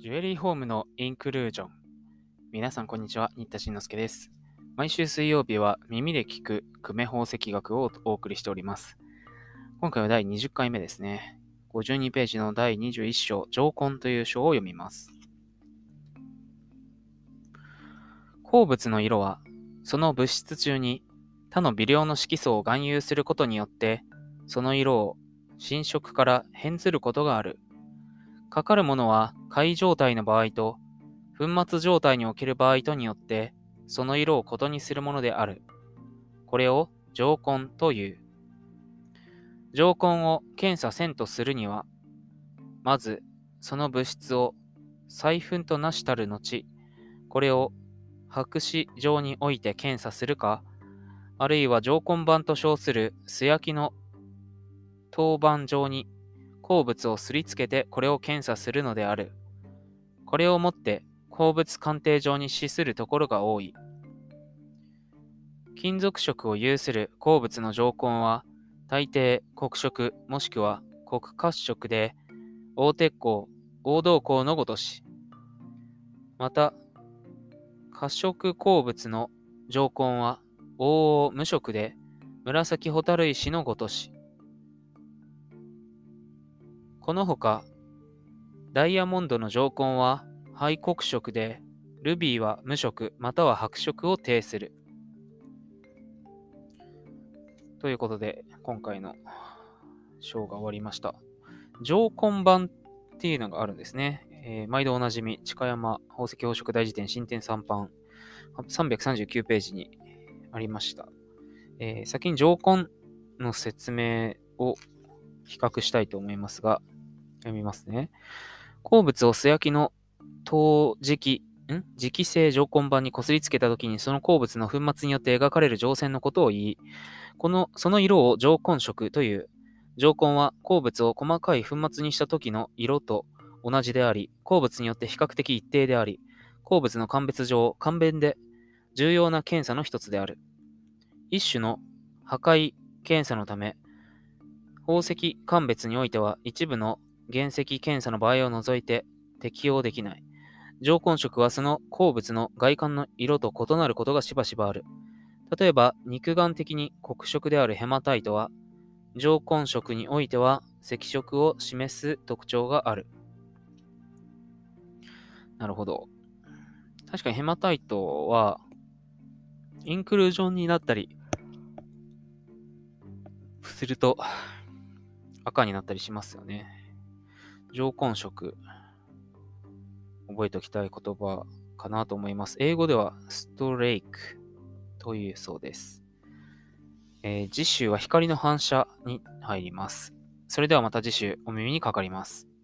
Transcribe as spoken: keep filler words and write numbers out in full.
ジュエリーホームのインクルージョン。皆さんこんにちは、新田慎之介です。毎週水曜日は耳で聞く久米宝石学をお送りしております。今回はだいにじゅっかいめですね。ごじゅうにページのだいにじゅういっ章、上根という章を読みます。鉱物の色は、その物質中に他の微量の色素を含有することによって、その色を深色から変ずることがある。かかるものは塊状態の場合と粉末状態における場合とによってその色を異にするものである。これを上根という。上根を検査せんとするには、まずその物質を細粉となしたる後、これを白紙状において検査するか、あるいは上根板と称する素焼きの陶板状に鉱物をすりつけてこれを検査するのである。これをもって鉱物鑑定上に資するところが多い。金属色を有する鉱物の上根は大抵黒色もしくは黒褐色で黄鉄鉱、黄銅鉱のごとし。また褐色鉱物の上根は黄黄無色で紫ホタル石のごとし。このほかダイヤモンドの上根は灰黒色で、ルビーは無色または白色を呈する。ということで、今回の章が終わりました。上根版っていうのがあるんですね。えー、毎度おなじみ、近山宝石宝飾大辞典新典さん版さんびゃくさんじゅうきゅうページにありました。えー、先に上根の説明を比較したいと思いますが、読みますね。鉱物を素焼きの陶磁器、ん磁器製上根板にこすりつけたときにその鉱物の粉末によって描かれる上線のことを言い、このその色を上根色という。上根は鉱物を細かい粉末にした時の色と同じであり、鉱物によって比較的一定であり、鉱物の鑑別上、簡便で重要な検査の一つである。一種の破壊検査のため、宝石鑑別においては一部の原石検査の場合を除いて適用できない。上根色はその鉱物の外観の色と異なることがしばしばある。例えば、肉眼的に黒色であるヘマタイトは、上根色においては赤色を示す特徴がある。なるほど。確かにヘマタイトは、インクルージョンになったりすると赤になったりしますよね。上根色。覚えておきたい言葉かなと思います。英語ではストレイクというそうです。えー、次週は光の反射に入ります。それではまた次週お耳にかかります。